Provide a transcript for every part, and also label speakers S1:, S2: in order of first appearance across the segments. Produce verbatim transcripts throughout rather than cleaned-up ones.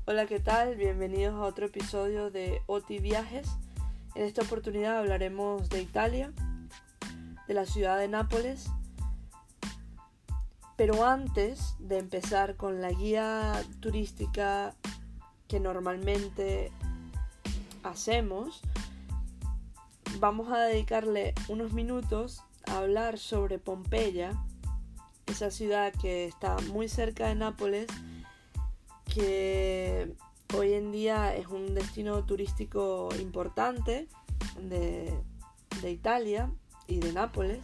S1: Hola, ¿qué tal? Bienvenidos a otro episodio de Oti Viajes. En esta oportunidad hablaremos de Italia, de la ciudad de Nápoles. Pero antes de empezar con la guía turística que normalmente hacemos, vamos a dedicarle unos minutos a hablar sobre Pompeya, esa ciudad que está muy cerca de Nápoles, que hoy en día es un destino turístico importante de, de Italia y de Nápoles,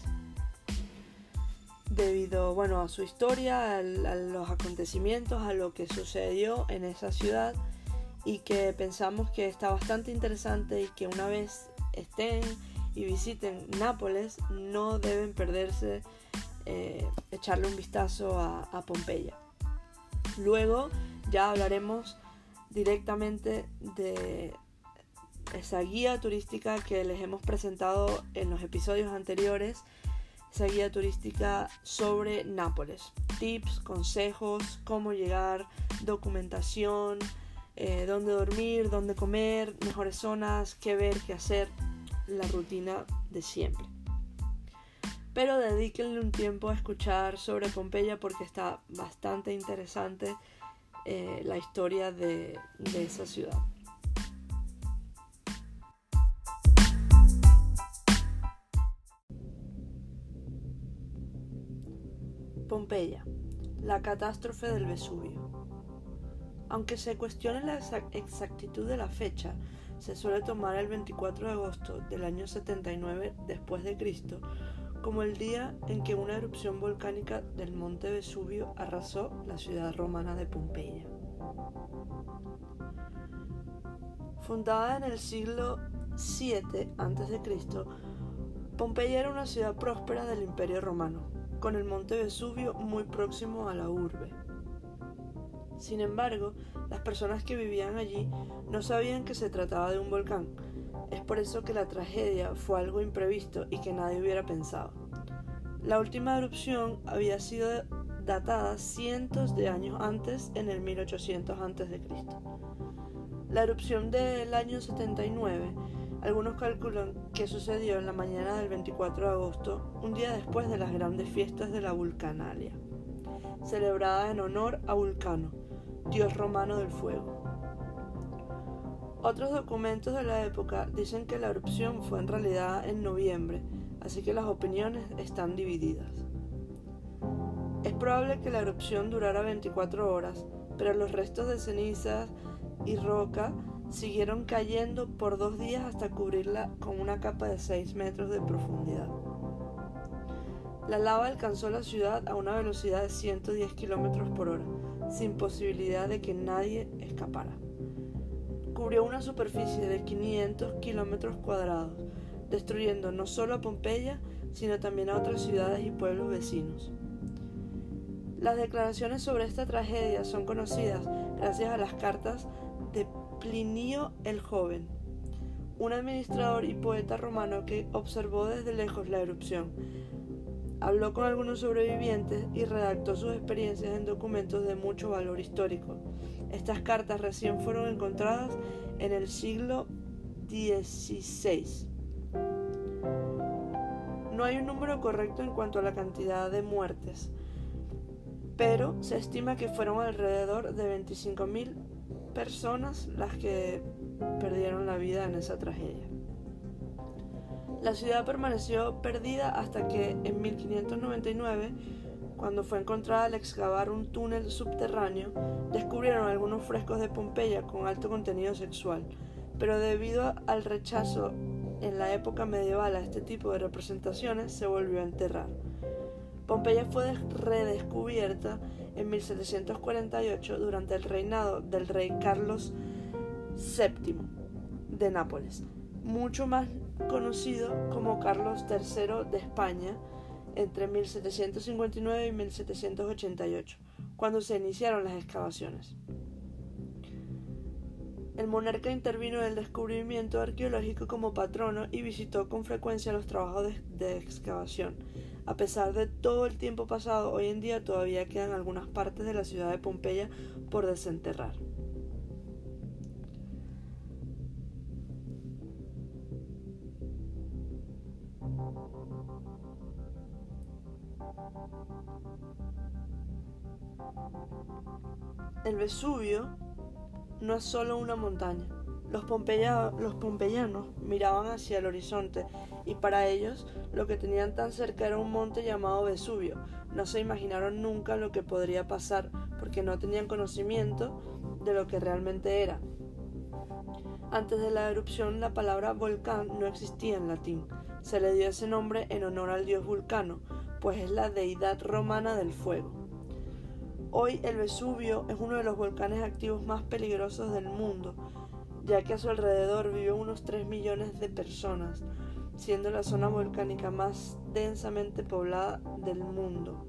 S1: debido bueno, a su historia, a, a los acontecimientos, a lo que sucedió en esa ciudad, y que pensamos que está bastante interesante y que una vez estén y visiten Nápoles no deben perderse eh, echarle un vistazo a, a Pompeya. Luego ya hablaremos directamente de esa guía turística que les hemos presentado en los episodios anteriores, esa guía turística sobre Nápoles. Tips, consejos, cómo llegar, documentación, eh, dónde dormir, dónde comer, mejores zonas, qué ver, qué hacer, la rutina de siempre. Pero dedíquenle un tiempo a escuchar sobre Pompeya porque está bastante interesante eh, la historia de, de esa ciudad. Pompeya, la catástrofe del Vesubio. Aunque se cuestione la exactitud de la fecha, se suele tomar el veinticuatro de agosto del año setenta y nueve después de Cristo como el día en que una erupción volcánica del monte Vesubio arrasó la ciudad romana de Pompeya. Fundada en el siglo siete antes de Cristo, Pompeya era una ciudad próspera del Imperio Romano, con el monte Vesubio muy próximo a la urbe. Sin embargo, las personas que vivían allí no sabían que se trataba de un volcán. Es por eso que la tragedia fue algo imprevisto y que nadie hubiera pensado. La última erupción había sido datada cientos de años antes, en el mil ochocientos antes de Cristo. La erupción del año setenta y nueve, algunos calculan que sucedió en la mañana del veinticuatro de agosto, un día después de las grandes fiestas de la Vulcanalia, celebrada en honor a Vulcano, dios romano del fuego. Otros documentos de la época dicen que la erupción fue en realidad en noviembre, así que las opiniones están divididas. Es probable que la erupción durara veinticuatro horas, pero los restos de cenizas y roca siguieron cayendo por dos días hasta cubrirla con una capa de seis metros de profundidad. La lava alcanzó la ciudad a una velocidad de ciento diez kilómetros por hora, sin posibilidad de que nadie escapara. Cubrió una superficie de quinientos kilómetros cuadrados, destruyendo no solo a Pompeya, sino también a otras ciudades y pueblos vecinos. Las declaraciones sobre esta tragedia son conocidas gracias a las cartas de Plinio el Joven, un administrador y poeta romano que observó desde lejos la erupción. Habló con algunos sobrevivientes y redactó sus experiencias en documentos de mucho valor histórico. Estas cartas recién fueron encontradas en el siglo dieciséis. No hay un número correcto en cuanto a la cantidad de muertes, pero se estima que fueron alrededor de veinticinco mil personas las que perdieron la vida en esa tragedia. La ciudad permaneció perdida hasta que en mil quinientos noventa y nueve, cuando fue encontrada al excavar un túnel subterráneo, descubrieron algunos frescos de Pompeya con alto contenido sexual, pero debido al rechazo en la época medieval a este tipo de representaciones, se volvió a enterrar. Pompeya fue redescubierta en mil setecientos cuarenta y ocho durante el reinado del rey Carlos séptimo de Nápoles, mucho más conocido como Carlos tercero de España, entre mil setecientos cincuenta y nueve y mil setecientos ochenta y ocho, cuando se iniciaron las excavaciones. El monarca intervino en el descubrimiento arqueológico como patrono y visitó con frecuencia los trabajos de, de excavación. A pesar de todo el tiempo pasado, hoy en día todavía quedan algunas partes de la ciudad de Pompeya por desenterrar. El Vesubio no es solo una montaña. Los, pompeya, los pompeyanos miraban hacia el horizonte y para ellos lo que tenían tan cerca era un monte llamado Vesubio. No se imaginaron nunca lo que podría pasar porque no tenían conocimiento de lo que realmente era. Antes de la erupción, la palabra volcán no existía en latín. Se le dio ese nombre en honor al dios Vulcano, pues es la deidad romana del fuego. Hoy el Vesubio es uno de los volcanes activos más peligrosos del mundo, ya que a su alrededor viven unos tres millones de personas, siendo la zona volcánica más densamente poblada del mundo.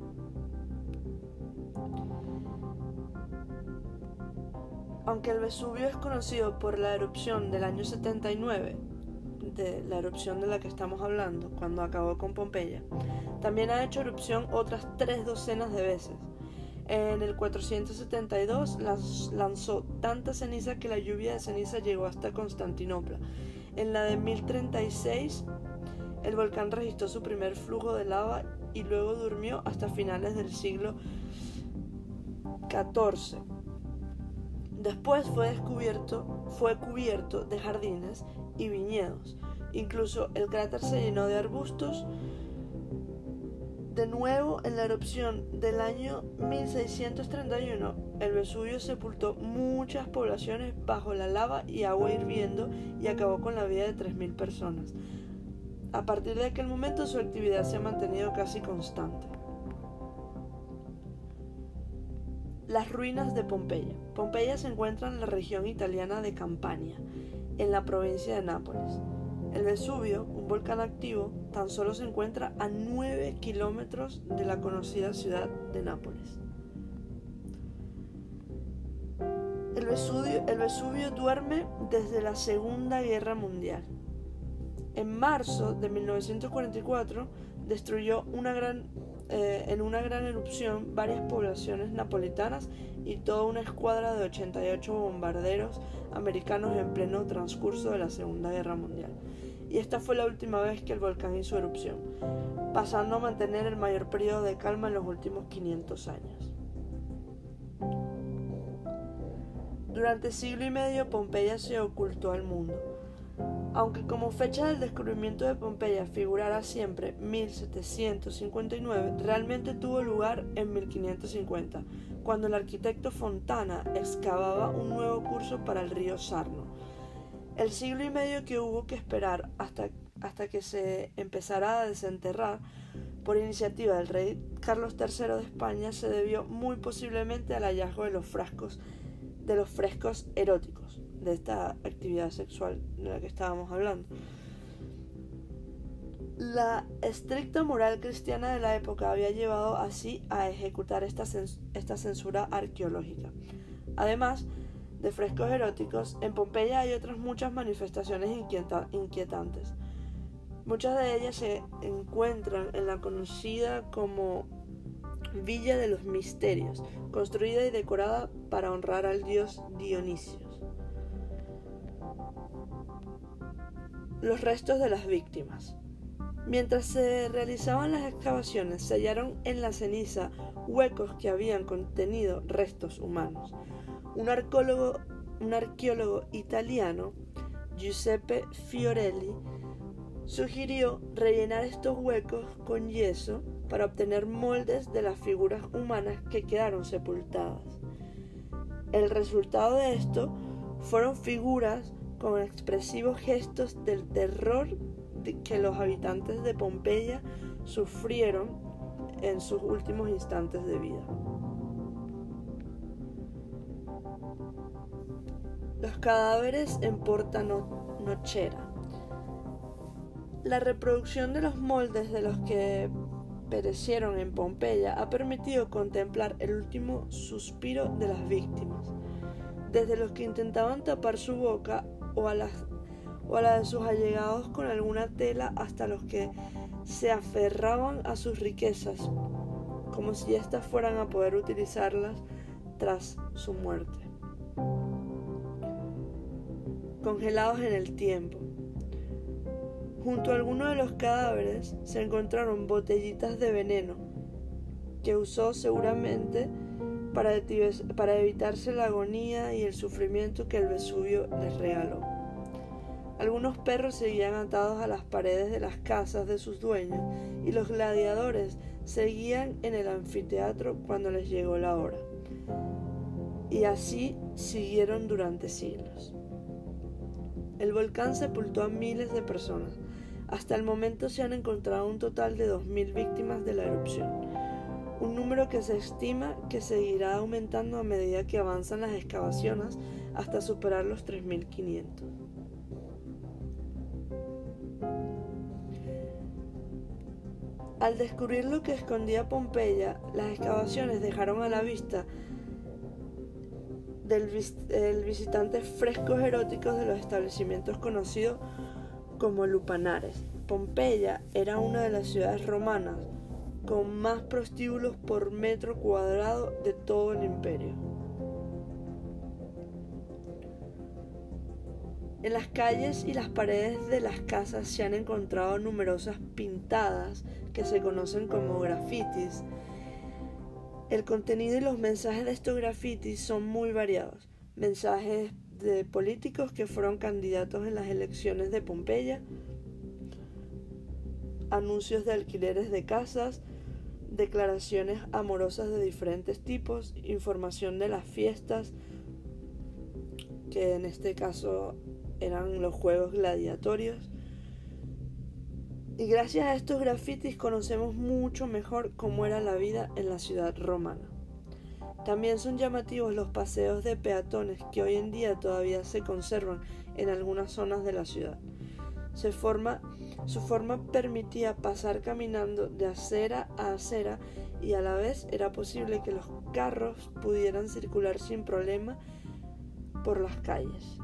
S1: Aunque el Vesubio es conocido por la erupción del año setenta y nueve, de la erupción de la que estamos hablando, cuando acabó con Pompeya, también ha hecho erupción otras tres docenas de veces. En el cuatrocientos setenta y dos lanzó tanta ceniza que la lluvia de ceniza llegó hasta Constantinopla. En la de mil treinta y seis, el volcán registró su primer flujo de lava y luego durmió hasta finales del siglo catorce. Después fue descubierto, fue cubierto de jardines y viñedos. Incluso el cráter se llenó de arbustos. De nuevo, en la erupción del año mil seiscientos treinta y uno, el Vesubio sepultó muchas poblaciones bajo la lava y agua hirviendo y acabó con la vida de tres mil personas. A partir de aquel momento, su actividad se ha mantenido casi constante. Las ruinas de Pompeya. Pompeya se encuentra en la región italiana de Campania, en la provincia de Nápoles. El Vesubio, un volcán activo, tan solo se encuentra a nueve kilómetros de la conocida ciudad de Nápoles. El Vesubio, el Vesubio duerme desde la Segunda Guerra Mundial. En marzo de mil novecientos cuarenta y cuatro destruyó una gran, eh, en una gran erupción varias poblaciones napolitanas y toda una escuadra de ochenta y ocho bombarderos americanos en pleno transcurso de la Segunda Guerra Mundial. Y esta fue la última vez que el volcán hizo erupción, pasando a mantener el mayor periodo de calma en los últimos quinientos años. Durante siglo y medio Pompeya se ocultó al mundo. Aunque como fecha del descubrimiento de Pompeya figurara siempre mil setecientos cincuenta y nueve, realmente tuvo lugar en mil quinientos cincuenta, cuando el arquitecto Fontana excavaba un nuevo curso para el río Sarno. El siglo y medio que hubo que esperar hasta, hasta que se empezara a desenterrar por iniciativa del rey Carlos tercero de España se debió muy posiblemente al hallazgo de los frascos de los frescos eróticos de esta actividad sexual de la que estábamos hablando. La estricta moral cristiana de la época había llevado así a ejecutar esta, cens- esta censura arqueológica. Además de frescos eróticos, en Pompeya hay otras muchas manifestaciones inquieta- inquietantes. Muchas de ellas se encuentran en la conocida como Villa de los Misterios, construida y decorada para honrar al dios Dionisio. Los restos de las víctimas. Mientras se realizaban las excavaciones, se hallaron en la ceniza huecos que habían contenido restos humanos. Un arqueólogo, un arqueólogo italiano, Giuseppe Fiorelli, sugirió rellenar estos huecos con yeso para obtener moldes de las figuras humanas que quedaron sepultadas. El resultado de esto fueron figuras con expresivos gestos del terror que los habitantes de Pompeya sufrieron en sus últimos instantes de vida. Los cadáveres en Porta Nocera. La reproducción de los moldes de los que perecieron en Pompeya ha permitido contemplar el último suspiro de las víctimas, desde los que intentaban tapar su boca o a, las, o a la de sus allegados con alguna tela hasta los que se aferraban a sus riquezas, como si éstas fueran a poder utilizarlas tras su muerte. Congelados en el tiempo. Junto a algunos de los cadáveres se encontraron botellitas de veneno que usó seguramente para, para evitarse la agonía y el sufrimiento que el Vesubio les regaló. Algunos perros seguían atados a las paredes de las casas de sus dueños y los gladiadores seguían en el anfiteatro cuando les llegó la hora. Y así siguieron durante siglos. El volcán sepultó a miles de personas. Hasta el momento se han encontrado un total de dos mil víctimas de la erupción, un número que se estima que seguirá aumentando a medida que avanzan las excavaciones hasta superar los tres mil quinientos. Al descubrir lo que escondía Pompeya, las excavaciones dejaron a la vista del vis- el visitante frescos eróticos de los establecimientos conocidos como lupanares. Pompeya era una de las ciudades romanas con más prostíbulos por metro cuadrado de todo el imperio. En las calles y las paredes de las casas se han encontrado numerosas pintadas que se conocen como grafitis. El contenido y los mensajes de estos grafitis son muy variados. Mensajes de políticos que fueron candidatos en las elecciones de Pompeya, anuncios de alquileres de casas, declaraciones amorosas de diferentes tipos, información de las fiestas, que en este caso eran los juegos gladiatorios. Y gracias a estos grafitis conocemos mucho mejor cómo era la vida en la ciudad romana. También son llamativos los paseos de peatones que hoy en día todavía se conservan en algunas zonas de la ciudad. Se forma, su forma permitía pasar caminando de acera a acera y a la vez era posible que los carros pudieran circular sin problema por las calles.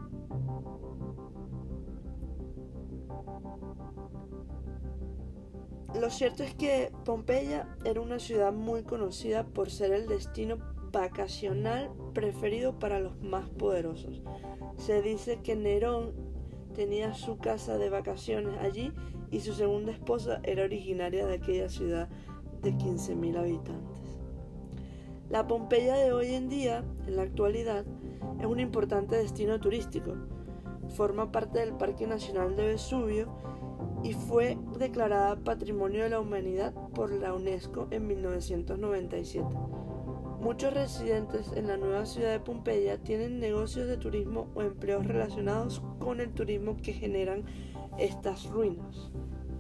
S1: Lo cierto es que Pompeya era una ciudad muy conocida por ser el destino vacacional preferido para los más poderosos. Se dice que Nerón tenía su casa de vacaciones allí y su segunda esposa era originaria de aquella ciudad de quince mil habitantes. La Pompeya de hoy en día, en la actualidad, es un importante destino turístico. Forma parte del Parque Nacional de Vesubio y fue declarada Patrimonio de la Humanidad por la UNESCO en mil novecientos noventa y siete. Muchos residentes en la nueva ciudad de Pompeya tienen negocios de turismo o empleos relacionados con el turismo que generan estas ruinas.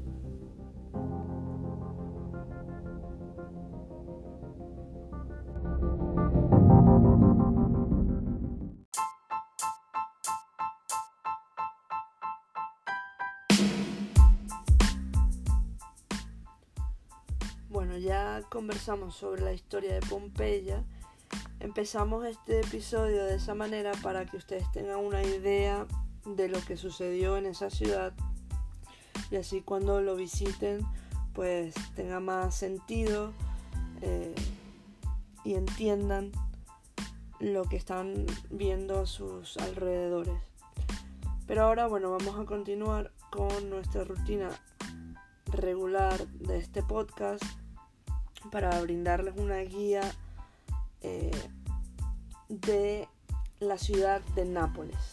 S1: Bueno, ya conversamos sobre la historia de Pompeya. Empezamos este episodio de esa manera para que ustedes tengan una idea de lo que sucedió en esa ciudad y así cuando lo visiten pues tenga más sentido eh, y entiendan lo que están viendo a sus alrededores. Pero ahora, bueno, vamos a continuar con nuestra rutina regular de este podcast para brindarles una guía eh, de la ciudad de Nápoles.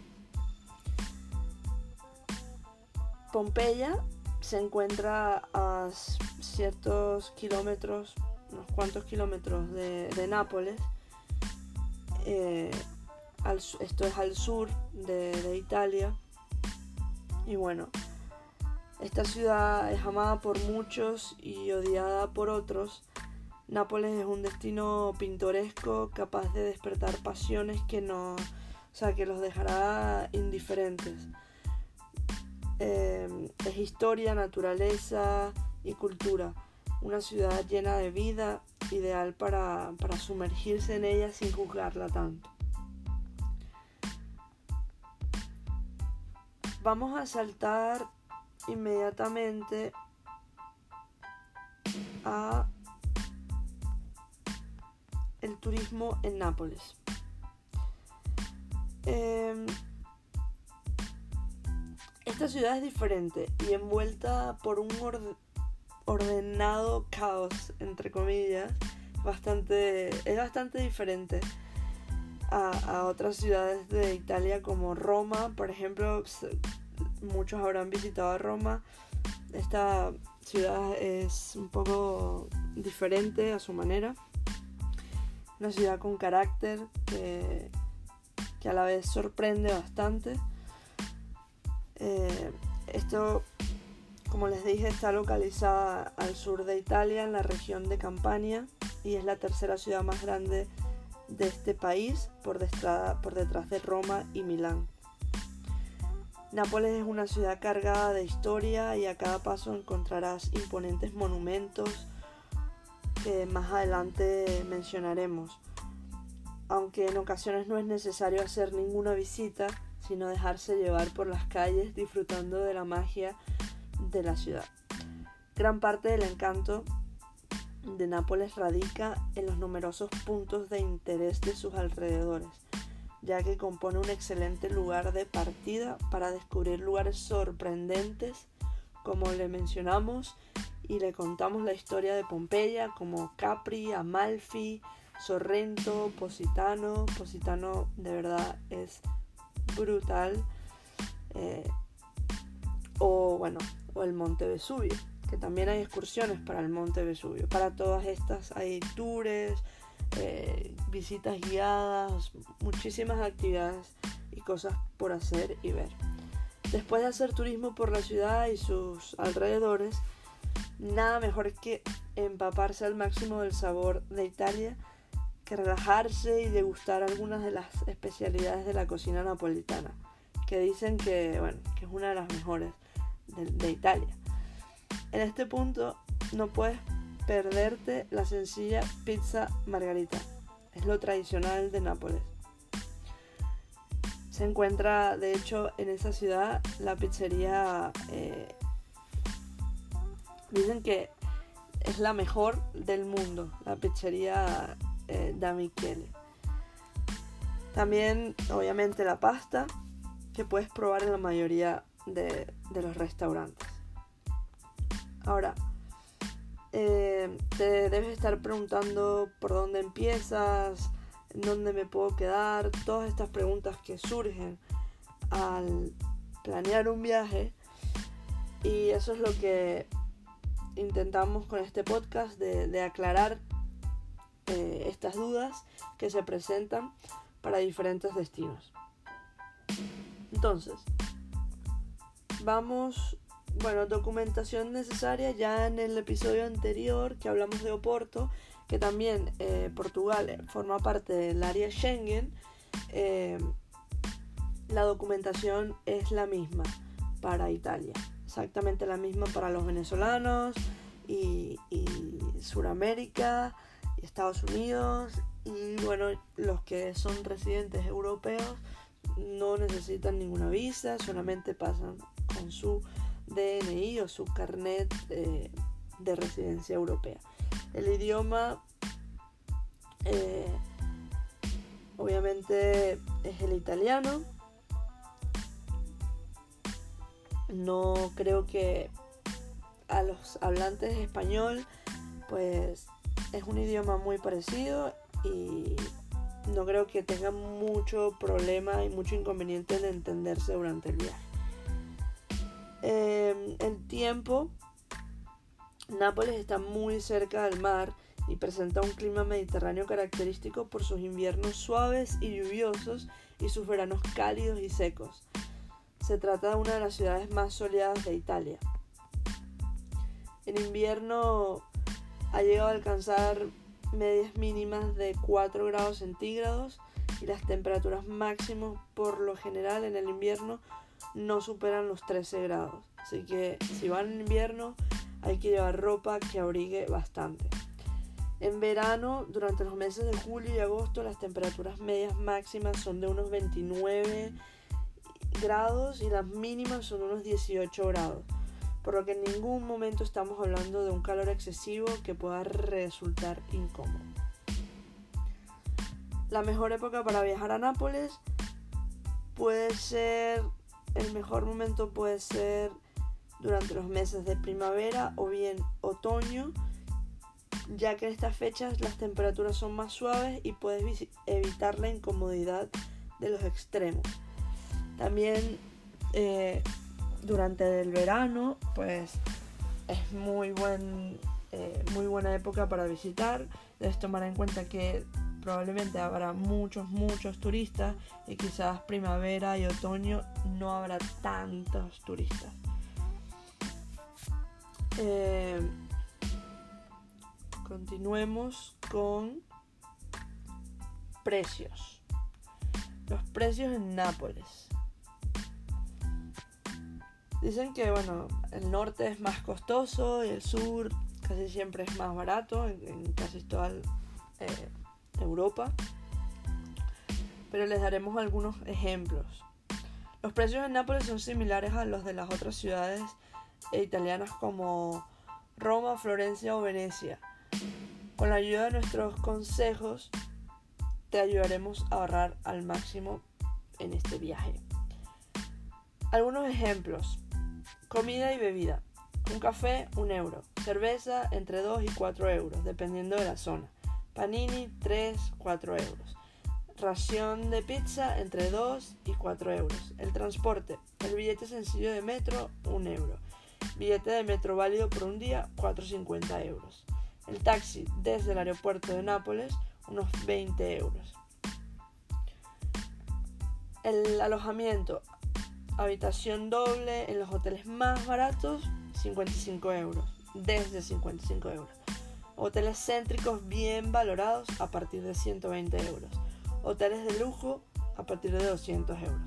S1: Pompeya se encuentra a ciertos kilómetros, unos cuantos kilómetros de, de Nápoles. Eh, al, esto es al sur de, de Italia. Y bueno, esta ciudad es amada por muchos y odiada por otros. Nápoles es un destino pintoresco capaz de despertar pasiones que no, o sea, que los dejará indiferentes. Eh, es historia, naturaleza y cultura. Una ciudad llena de vida, ideal para, para sumergirse en ella sin juzgarla tanto. Vamos a saltar inmediatamente a el turismo en Nápoles. Eh, Esta ciudad es diferente y envuelta por un orde- ordenado caos, entre comillas, bastante, es bastante diferente a, a otras ciudades de Italia como Roma, por ejemplo. Muchos habrán visitado Roma. Esta ciudad es un poco diferente a su manera. Una ciudad con carácter que, que a la vez sorprende bastante. Eh, esto, como les dije, está localizada al sur de Italia, en la región de Campania, y es la tercera ciudad más grande de este país, por, detrás, por detrás de Roma y Milán. Nápoles es una ciudad cargada de historia y a cada paso encontrarás imponentes monumentos que más adelante mencionaremos, aunque en ocasiones no es necesario hacer ninguna visita, sino dejarse llevar por las calles disfrutando de la magia de la ciudad. Gran parte del encanto de Nápoles radica en los numerosos puntos de interés de sus alrededores, ya que compone un excelente lugar de partida para descubrir lugares sorprendentes, como le mencionamos y le contamos la historia de Pompeya, como Capri, Amalfi, Sorrento, Positano. Positano de verdad es brutal. Eh, o bueno, o el Monte Vesubio, que también hay excursiones para el Monte Vesubio. Para todas estas hay tours, eh, visitas guiadas, muchísimas actividades y cosas por hacer y ver. Después de hacer turismo por la ciudad y sus alrededores, nada mejor que empaparse al máximo del sabor de Italia, que relajarse y degustar algunas de las especialidades de la cocina napolitana, que dicen que, bueno, que es una de las mejores de, de Italia. En este punto no puedes perderte la sencilla pizza margarita. Es lo tradicional de Nápoles. Se encuentra, de hecho, en esa ciudad la pizzería, eh, dicen que es la mejor del mundo, la pizzería eh, Da Michele. También, obviamente, la pasta, que puedes probar en la mayoría de, de los restaurantes. Ahora, eh, te debes estar preguntando por dónde empiezas, en dónde me puedo quedar, todas estas preguntas que surgen al planear un viaje, y eso es lo que intentamos con este podcast, de, de aclarar eh, estas dudas que se presentan para diferentes destinos. Entonces, vamos, bueno, documentación necesaria. Ya en el episodio anterior que hablamos de Oporto, que también eh, Portugal forma parte del área Schengen, eh, la documentación es la misma para Italia, exactamente la misma para los venezolanos y, y Suramérica y Estados Unidos, y bueno, los que son residentes europeos no necesitan ninguna visa, solamente pasan con su D N I o su carnet eh, de residencia europea. El idioma eh, obviamente es el italiano. No creo que a los hablantes de español, pues es un idioma muy parecido, y no creo que tengan mucho problema y mucho inconveniente en entenderse durante el viaje. Eh, el tiempo, Nápoles está muy cerca del mar y presenta un clima mediterráneo característico por sus inviernos suaves y lluviosos y sus veranos cálidos y secos. Se trata de una de las ciudades más soleadas de Italia. En invierno ha llegado a alcanzar medias mínimas de cuatro grados centígrados, y las temperaturas máximas por lo general en el invierno no superan los trece grados. Así que si van en invierno hay que llevar ropa que abrigue bastante. En verano, durante los meses de julio y agosto, las temperaturas medias máximas son de unos veintinueve grados y las mínimas son unos dieciocho grados, por lo que en ningún momento estamos hablando de un calor excesivo que pueda resultar incómodo. La mejor época para viajar a Nápoles puede ser el mejor momento puede ser durante los meses de primavera o bien otoño, ya que en estas fechas las temperaturas son más suaves y puedes evitar la incomodidad de los extremos. También eh, durante el verano, pues es muy, buen, eh, muy buena época para visitar. Debes tomar en cuenta que probablemente habrá muchos, muchos turistas y quizás primavera y otoño no habrá tantos turistas. Eh, continuemos con precios. Los precios en Nápoles. Dicen que bueno, el norte es más costoso y el sur casi siempre es más barato en, en casi toda eh, Europa. Pero les daremos algunos ejemplos. Los precios en Nápoles son similares a los de las otras ciudades italianas como Roma, Florencia o Venecia. Con la ayuda de nuestros consejos te ayudaremos a ahorrar al máximo en este viaje. Algunos ejemplos: comida y bebida. Un café, un euro. Cerveza, entre dos y cuatro euros, dependiendo de la zona. Panini, tres, cuatro euros. Ración de pizza, entre dos y cuatro euros. El transporte. El billete sencillo de metro, un euro. Billete de metro válido por un día, cuatro cincuenta euros. El taxi desde el aeropuerto de Nápoles, unos veinte euros. El alojamiento. Habitación doble en los hoteles más baratos, cincuenta y cinco euros, desde cincuenta y cinco euros. Hoteles céntricos bien valorados a partir de ciento veinte euros. Hoteles de lujo a partir de doscientos euros.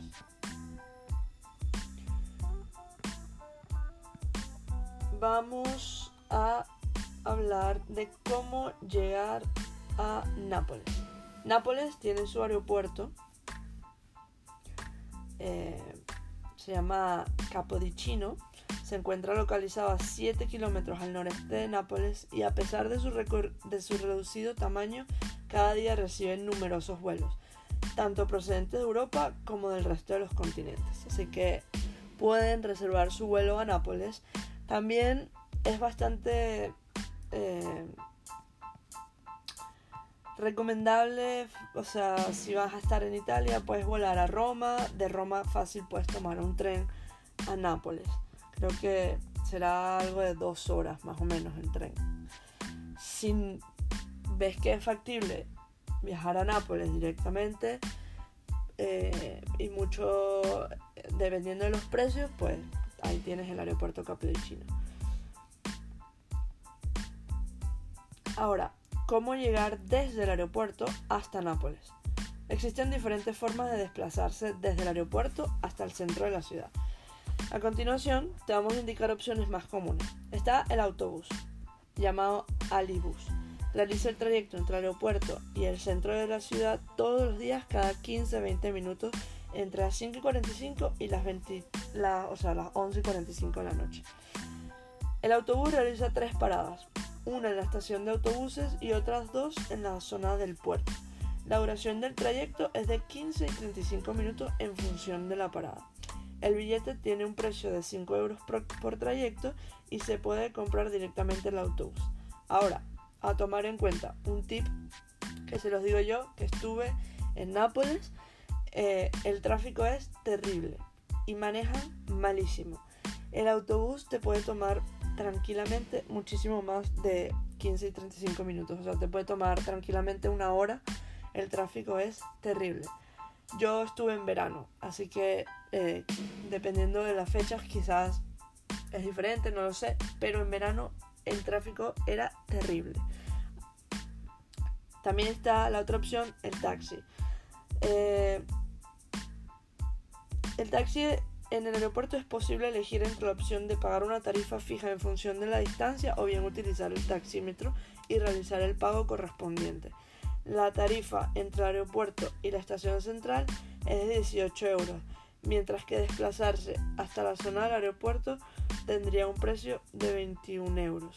S1: Vamos a hablar de cómo llegar a Nápoles. Nápoles tiene su aeropuerto. Eh, Se llama Capodichino, se encuentra localizado a siete kilómetros al noreste de Nápoles y a pesar de su, recor- de su reducido tamaño, cada día reciben numerosos vuelos, tanto procedentes de Europa como del resto de los continentes. Así que pueden reservar su vuelo a Nápoles. También es bastante eh, recomendable, o sea, si vas a estar en Italia, puedes volar a Roma. De Roma fácil puedes tomar un tren a Nápoles. Creo que será algo de dos horas más o menos el tren. Si ves que es factible viajar a Nápoles directamente eh, y mucho dependiendo de los precios, pues ahí tienes el aeropuerto Capodichino. Ahora, ¿cómo llegar desde el aeropuerto hasta Nápoles? Existen diferentes formas de desplazarse desde el aeropuerto hasta el centro de la ciudad. A continuación, te vamos a indicar opciones más comunes. Está el autobús, llamado Alibus. Realiza el trayecto entre el aeropuerto y el centro de la ciudad todos los días, cada quince a veinte minutos, entre las cinco y cuarenta y cinco y las, veinte, la, o sea, las once y cuarenta y cinco de la noche. El autobús realiza tres paradas, una en la estación de autobuses y otras dos en la zona del puerto. La duración del trayecto es de quince y treinta y cinco minutos en función de la parada. El billete tiene un precio de cinco euros por, por trayecto y se puede comprar directamente en el autobús. Ahora, a tomar en cuenta un tip que se los digo yo, que estuve en Nápoles, eh, el tráfico es terrible y manejan malísimo. El autobús te puede tomar tranquilamente muchísimo más de quince y treinta y cinco minutos, o sea, te puede tomar tranquilamente una hora. El tráfico es terrible. Yo estuve en verano, así que eh, dependiendo de las fechas quizás es diferente, no lo sé, pero en verano el tráfico era terrible. También está la otra opción, el taxi. Eh, el taxi en el aeropuerto es posible elegir entre la opción de pagar una tarifa fija en función de la distancia o bien utilizar el taxímetro y realizar el pago correspondiente. La tarifa entre el aeropuerto y la estación central es de dieciocho euros, mientras que desplazarse hasta la zona del aeropuerto tendría un precio de veintiún euros.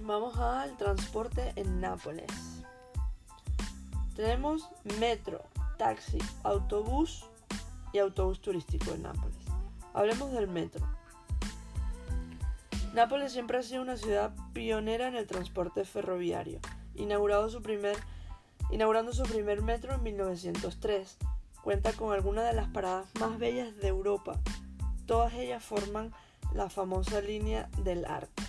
S1: Vamos al transporte en Nápoles. Tenemos metro, taxi, autobús y autobús turístico en Nápoles. Hablemos del metro. Nápoles siempre ha sido una ciudad pionera en el transporte ferroviario, inaugurado su primer, inaugurando su primer metro en mil novecientos tres. Cuenta con algunas de las paradas más bellas de Europa. Todas ellas forman la famosa línea del arte.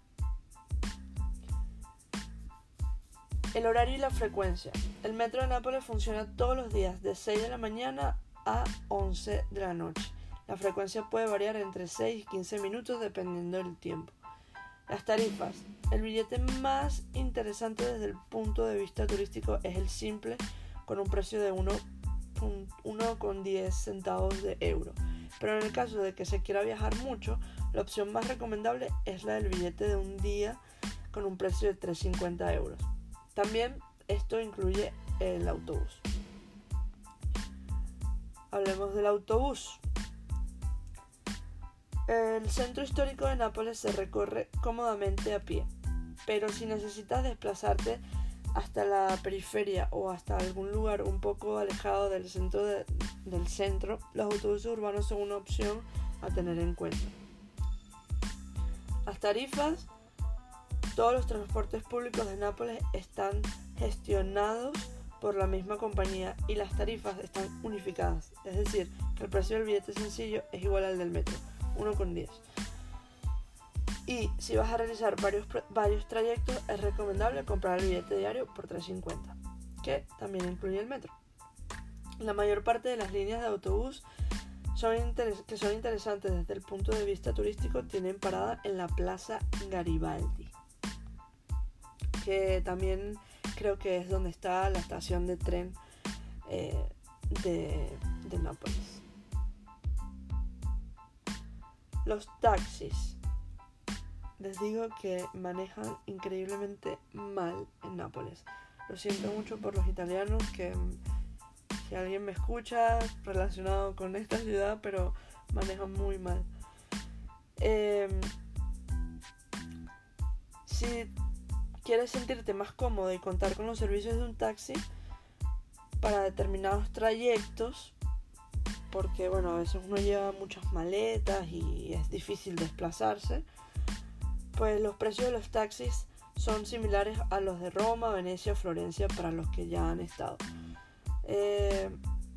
S1: El horario y la frecuencia. El metro de Nápoles funciona todos los días de seis de la mañana a once de la noche. La frecuencia puede variar entre seis y quince minutos dependiendo del tiempo. Las tarifas. El billete más interesante desde el punto de vista turístico es el simple, con un precio de uno con diez centavos de euro. Pero en el caso de que se quiera viajar mucho, la opción más recomendable es la del billete de un día con un precio de tres con cincuenta euros. También esto incluye el autobús. Hablemos del autobús. El centro histórico de Nápoles se recorre cómodamente a pie, pero si necesitas desplazarte hasta la periferia o hasta algún lugar un poco alejado del centro, de, del centro, los autobuses urbanos son una opción a tener en cuenta. Las tarifas. Todos los transportes públicos de Nápoles están gestionados por la misma compañía y las tarifas están unificadas, es decir, que el precio del billete sencillo es igual al del metro, uno con diez. Y si vas a realizar varios, varios trayectos, es recomendable comprar el billete diario por tres con cincuenta, que también incluye el metro. La mayor parte de las líneas de autobús son que son interesantes desde el punto de vista turístico tienen parada en la Plaza Garibaldi, que también creo que es donde está la estación de tren eh, de, de Nápoles. Los taxis. Les digo que manejan increíblemente mal en Nápoles. Lo siento mucho por los italianos, que si alguien me escucha relacionado con esta ciudad, pero manejan muy mal. Eh, si quieres sentirte más cómodo y contar con los servicios de un taxi para determinados trayectos, porque bueno, a veces uno lleva muchas maletas y es difícil desplazarse, pues los precios de los taxis son similares a los de Roma, Venecia, Florencia para los que ya han estado. Eh,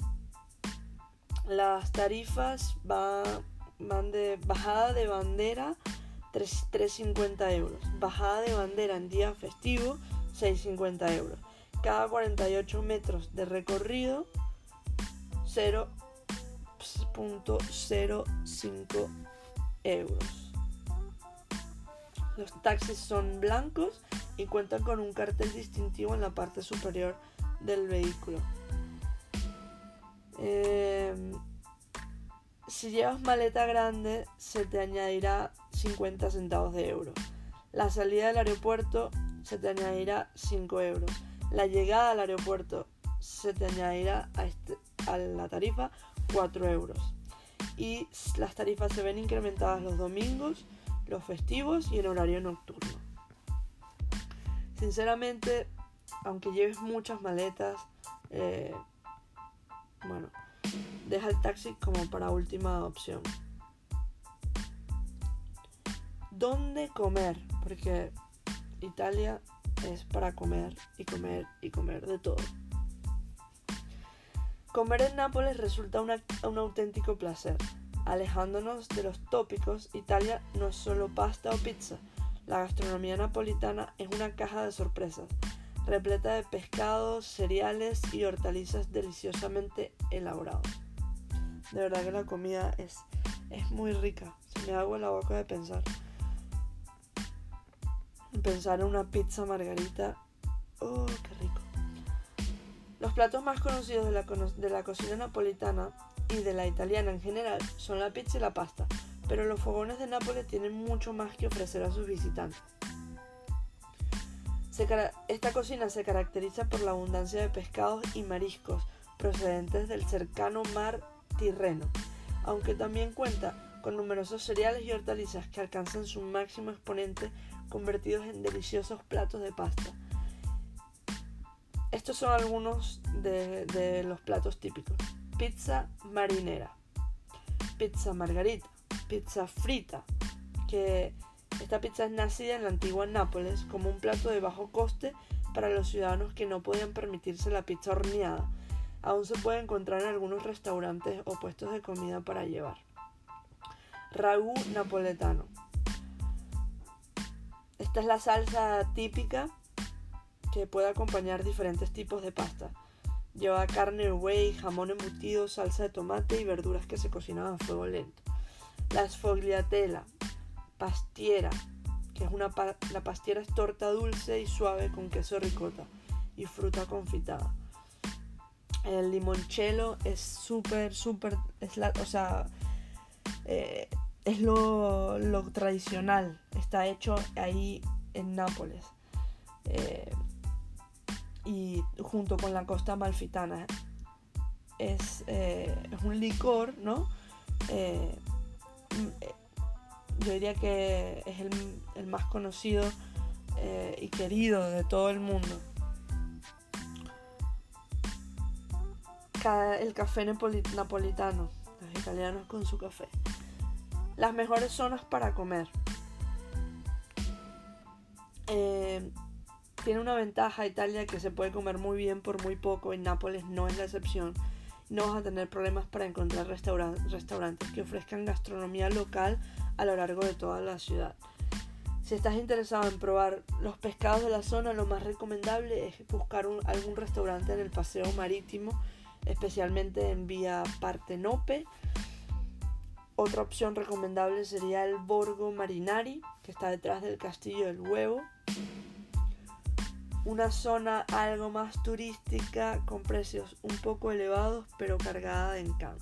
S1: las tarifas va, van de bajada de bandera tres con cincuenta euros, bajada de bandera en día festivo seis con cincuenta euros, cada cuarenta y ocho metros de recorrido cero punto cero cinco euros. Los taxis son blancos y cuentan con un cartel distintivo en la parte superior del vehículo. Eh, si llevas maleta grande, se te añadirá cincuenta centavos de euro. La salida del aeropuerto se te añadirá cinco euros. La llegada al aeropuerto se te añadirá a, este, a la tarifa cuatro euros. Y las tarifas se ven incrementadas los domingos, los festivos y en horario nocturno. Sinceramente, aunque lleves muchas maletas, eh, bueno, deja el taxi como para última opción. ¿Dónde comer? Porque Italia es para comer y comer y comer de todo. Comer en Nápoles resulta una, un auténtico placer. Alejándonos de los tópicos, Italia no es solo pasta o pizza. La gastronomía napolitana es una caja de sorpresas, repleta de pescados, cereales y hortalizas deliciosamente elaborados. De verdad que la comida es, es muy rica. Se me agua la boca de pensar. Pensar en una pizza margarita. ¡Oh, qué rico! Los platos más conocidos de la, de la cocina napolitana y de la italiana en general son la pizza y la pasta, pero los fogones de Nápoles tienen mucho más que ofrecer a sus visitantes. Se, esta cocina se caracteriza por la abundancia de pescados y mariscos procedentes del cercano mar Tirreno, aunque también cuenta con numerosos cereales y hortalizas que alcanzan su máximo exponente convertidos en deliciosos platos de pasta. Estos son algunos de, de los platos típicos. Pizza marinera, pizza margarita, pizza frita, que esta pizza es nacida en la antigua Nápoles como un plato de bajo coste para los ciudadanos que no podían permitirse la pizza horneada. Aún se puede encontrar en algunos restaurantes o puestos de comida para llevar. Ragú napoletano. Esta es la salsa típica que puede acompañar diferentes tipos de pasta. Lleva carne o buey, jamón embutido, salsa de tomate y verduras que se cocinan a fuego lento. La sfogliatella, pastiera, que es una pa- la pastiera es torta dulce y suave con queso ricota y fruta confitada. El limoncello es súper, súper, es la, o sea, eh, es lo, lo tradicional. Está hecho ahí en Nápoles. Eh, y junto con la costa amalfitana. Es, eh, es un licor, ¿no? Eh, yo diría que es el, el más conocido eh, y querido de todo el mundo. Cada, el café napoli- napolitano, los italianos con su café. Las mejores zonas para comer. Eh, tiene una ventaja Italia, que se puede comer muy bien por muy poco. En Nápoles no es la excepción. No vas a tener problemas para encontrar restauran- restaurantes que ofrezcan gastronomía local a lo largo de toda la ciudad. Si estás interesado en probar los pescados de la zona, lo más recomendable es buscar un, algún restaurante en el paseo marítimo, especialmente en vía Partenope. Otra opción recomendable sería el Borgo Marinari, que está detrás del Castillo del Huevo. Una zona algo más turística, con precios un poco elevados, pero cargada de encanto.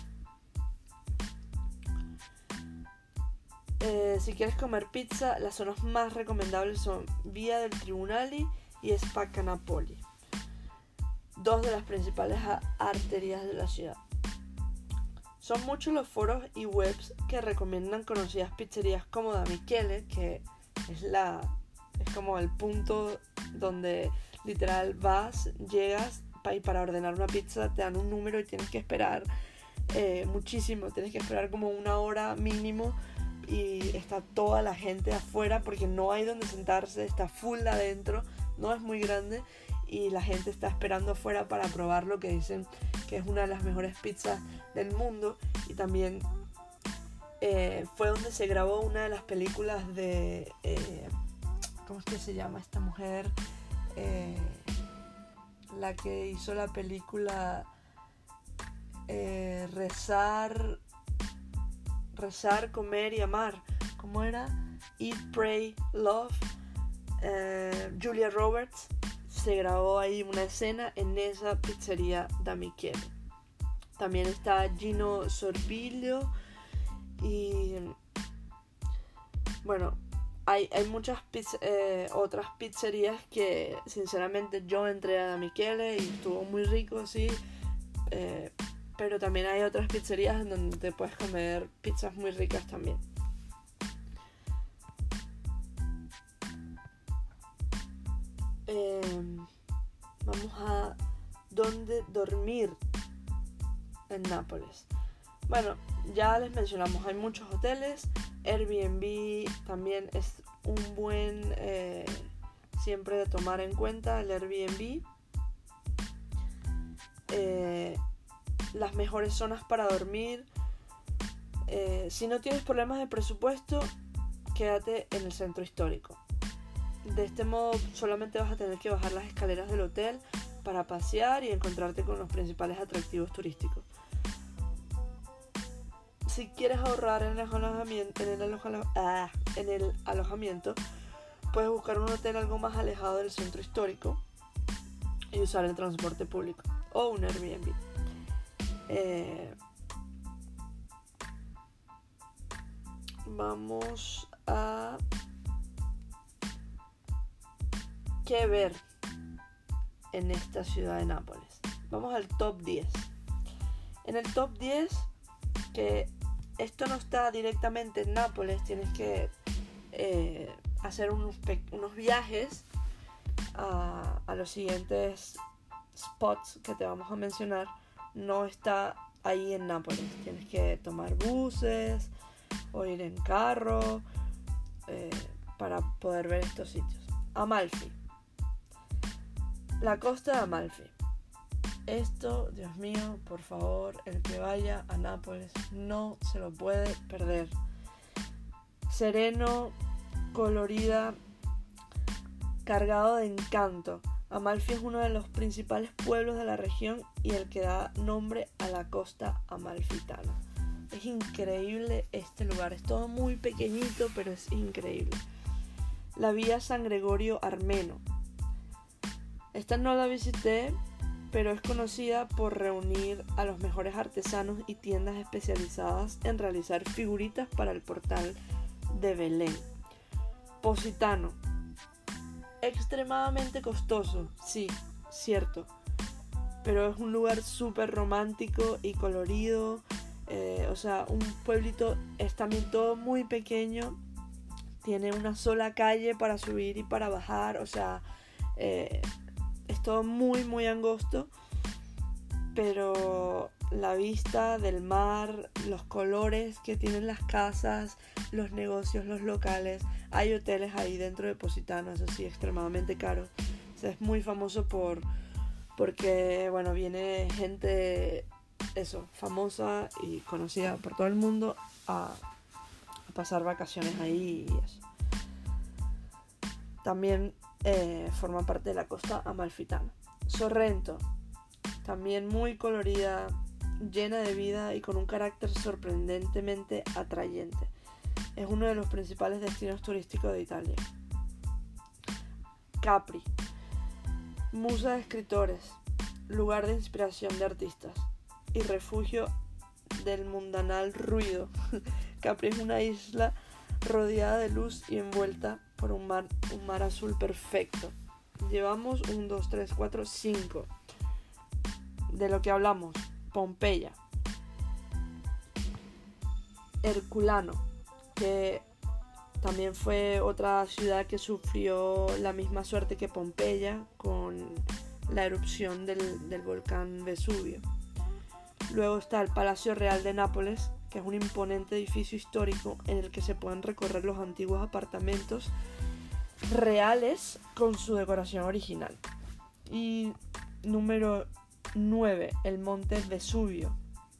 S1: Eh, si quieres comer pizza, las zonas más recomendables son Vía del Tribunali y Spacca Napoli, dos de las principales a- arterias de la ciudad. Son muchos los foros y webs que recomiendan conocidas pizzerías como Da Michele, que es la es como el punto donde literal vas, llegas y para ordenar una pizza te dan un número y tienes que esperar eh, muchísimo, tienes que esperar como una hora mínimo y está toda la gente afuera porque no hay donde sentarse, está full adentro, no es muy grande y la gente está esperando afuera para probar lo que dicen que es una de las mejores pizzas del mundo. Y también eh, fue donde se grabó una de las películas de eh, ¿cómo es que se llama esta mujer? Eh, la que hizo la película eh, Rezar Rezar, Comer y Amar. ¿Cómo era? Eat, Pray, Love. Eh, Julia Roberts se grabó ahí una escena en esa pizzería Da Michele. También está Gino Sorbillo y bueno, hay, hay muchas pizz- eh, otras pizzerías que sinceramente yo entré a Da Michele y estuvo muy rico, sí, eh, pero también hay otras pizzerías en donde te puedes comer pizzas muy ricas también. Eh, vamos a dónde dormir en Nápoles. Bueno, ya les mencionamos, hay muchos hoteles. Airbnb también es un buen eh, siempre de tomar en cuenta el Airbnb. Eh, las mejores zonas para dormir. Eh, si no tienes problemas de presupuesto, quédate en el centro histórico. De este modo solamente vas a tener que bajar las escaleras del hotel para pasear y encontrarte con los principales atractivos turísticos. Si quieres ahorrar en el alojamiento, en el, aloja, ah, en el alojamiento, puedes buscar un hotel algo más alejado del centro histórico y usar el transporte público o un Airbnb. Eh, vamos a qué ver en esta ciudad de Nápoles. Vamos al top diez. En el top diez, que esto no está directamente en Nápoles, tienes que eh, hacer unos, pe- unos viajes a, a los siguientes spots que te vamos a mencionar, no está ahí en Nápoles. Tienes que tomar buses o ir en carro eh, para poder ver estos sitios. Amalfi, la costa de Amalfi. Esto, Dios mío, por favor, el que vaya a Nápoles no se lo puede perder. Sereno, colorida, cargado de encanto. Amalfi es uno de los principales pueblos de la región y el que da nombre a la costa amalfitana. Es increíble este lugar, es todo muy pequeñito, pero es increíble. La vía San Gregorio Armeno. Esta no la visité, pero es conocida por reunir a los mejores artesanos y tiendas especializadas en realizar figuritas para el portal de Belén. Positano. Extremadamente costoso, sí, cierto, pero es un lugar súper romántico y colorido. Eh, o sea, un pueblito, es también todo muy pequeño, tiene una sola calle para subir y para bajar, o sea, eh, es todo muy muy angosto, pero la vista del mar, los colores que tienen las casas, los negocios, los locales, hay hoteles ahí dentro de Positano, eso sí, extremadamente caros. O sea, es muy famoso por porque, bueno, viene gente, eso, famosa y conocida por todo el mundo a, a pasar vacaciones ahí y eso. También eh, forma parte de la costa amalfitana. Sorrento, también muy colorida, llena de vida y con un carácter sorprendentemente atrayente. Es uno de los principales destinos turísticos de Italia. Capri, musa de escritores, lugar de inspiración de artistas y refugio del mundanal ruido. Capri es una isla rodeada de luz y envuelta por un mar, un mar azul perfecto. Llevamos un, dos, tres, cuatro, cinco. De lo que hablamos, Pompeya. Herculano, que también fue otra ciudad que sufrió la misma suerte que Pompeya con la erupción del, del volcán Vesubio. Luego está el Palacio Real de Nápoles, que es un imponente edificio histórico en el que se pueden recorrer los antiguos apartamentos reales con su decoración original. Y número nueve, el monte Vesubio.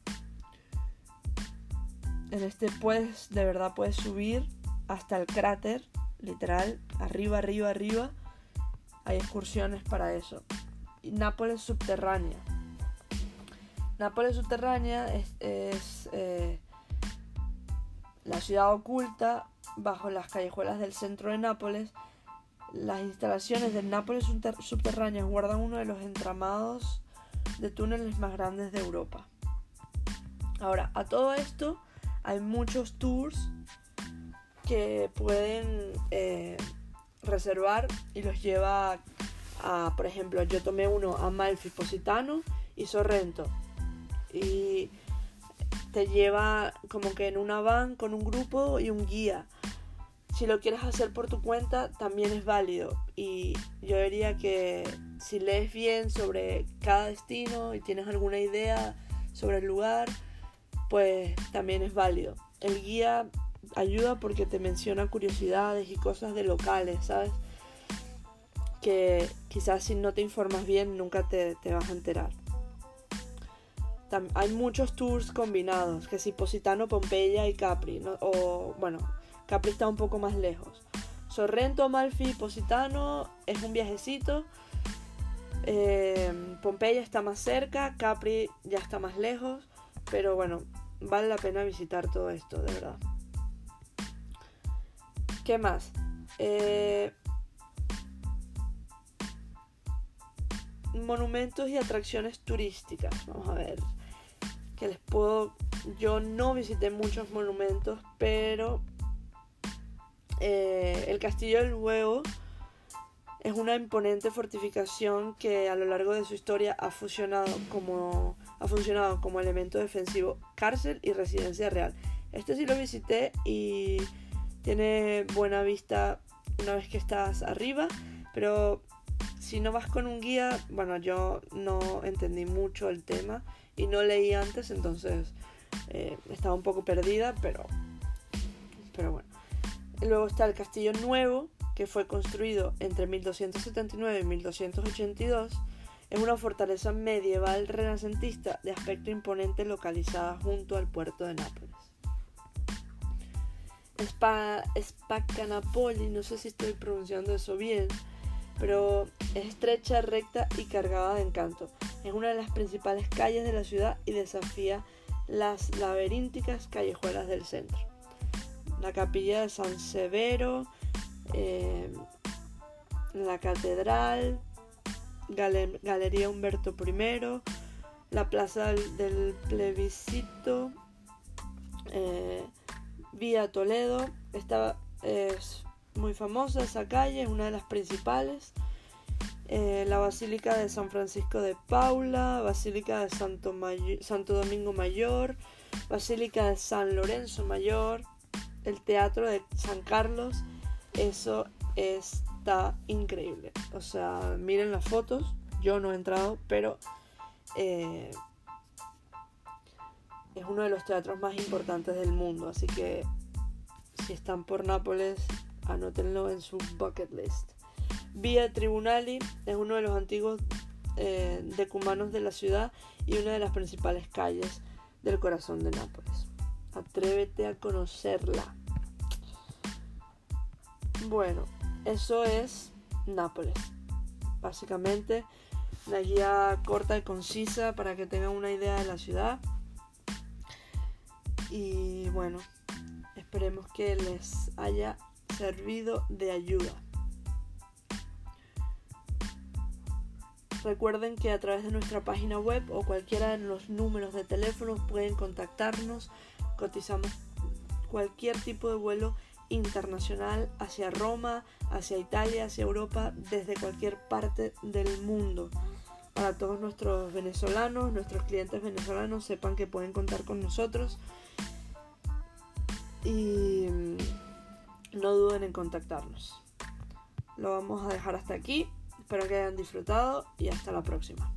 S1: En este puedes, de verdad puedes subir hasta el cráter, literal, arriba, arriba, arriba. Hay excursiones para eso. Y Nápoles subterránea. Nápoles subterránea es, es eh, la ciudad oculta bajo las callejuelas del centro de Nápoles. Las instalaciones del Nápoles subterránea guardan uno de los entramados de túneles más grandes de Europa. Ahora, a todo esto hay muchos tours que pueden eh, reservar y los lleva a, por ejemplo, yo tomé uno a Amalfi, Positano y Sorrento, y te lleva como que en una van con un grupo y un guía. Si lo quieres hacer por tu cuenta también es válido, y yo diría que si lees bien sobre cada destino y tienes alguna idea sobre el lugar, pues también es válido. El guía ayuda porque te menciona curiosidades y cosas de locales, ¿sabes? Que quizás si no te informas bien nunca te, te vas a enterar. Tam- hay muchos tours combinados, que si Positano, Pompeya y Capri, ¿no? O bueno, Capri está un poco más lejos. Sorrento, Amalfi, Positano es un viajecito. eh, Pompeya está más cerca, Capri ya está más lejos, pero bueno, vale la pena visitar todo esto, de verdad. ¿Qué más? Eh, monumentos y atracciones turísticas. Vamos a ver. Que les puedo. Yo no visité muchos monumentos, pero eh, el Castillo del Huevo es una imponente fortificación que a lo largo de su historia ha funcionado como, ha funcionado como elemento defensivo, cárcel y residencia real. Este sí lo visité y tiene buena vista una vez que estás arriba, pero si no vas con un guía, bueno, yo no entendí mucho el tema y no leí antes, entonces eh, estaba un poco perdida, pero, pero bueno. Luego está el Castillo Nuevo, que fue construido entre mil doscientos setenta y nueve y mil doscientos ochenta y dos. Es una fortaleza medieval renacentista de aspecto imponente localizada junto al puerto de Nápoles. Spa, Spaccanapoli, no sé si estoy pronunciando eso bien, pero es estrecha, recta y cargada de encanto. Es una de las principales calles de la ciudad y desafía las laberínticas callejuelas del centro. La capilla de San Severo, eh, la catedral, Gale- Galería Humberto primero, la plaza del, del plebiscito, eh, Vía Toledo. Esta es muy famosa, esa calle es una de las principales. Eh, la Basílica de San Francisco de Paula, Basílica de Santo, May- Santo Domingo Mayor, Basílica de San Lorenzo Mayor, el Teatro de San Carlos. Eso está increíble. O sea, miren las fotos. Yo no he entrado, pero eh, es uno de los teatros más importantes del mundo. Así que si están por Nápoles, anótenlo en su bucket list. Vía Tribunali es uno de los antiguos eh, decumanos de la ciudad y una de las principales calles del corazón de Nápoles. Atrévete a conocerla. Bueno, eso es Nápoles. Básicamente, una guía corta y concisa para que tengan una idea de la ciudad. Y bueno, esperemos que les haya servido de ayuda. Recuerden que a través de nuestra página web o cualquiera de los números de teléfono pueden contactarnos. Cotizamos cualquier tipo de vuelo internacional hacia Roma, hacia Italia, hacia Europa, desde cualquier parte del mundo. Para todos nuestros venezolanos, nuestros clientes venezolanos, sepan que pueden contar con nosotros y no duden en contactarnos. Lo vamos a dejar hasta aquí. Espero que hayan disfrutado y hasta la próxima.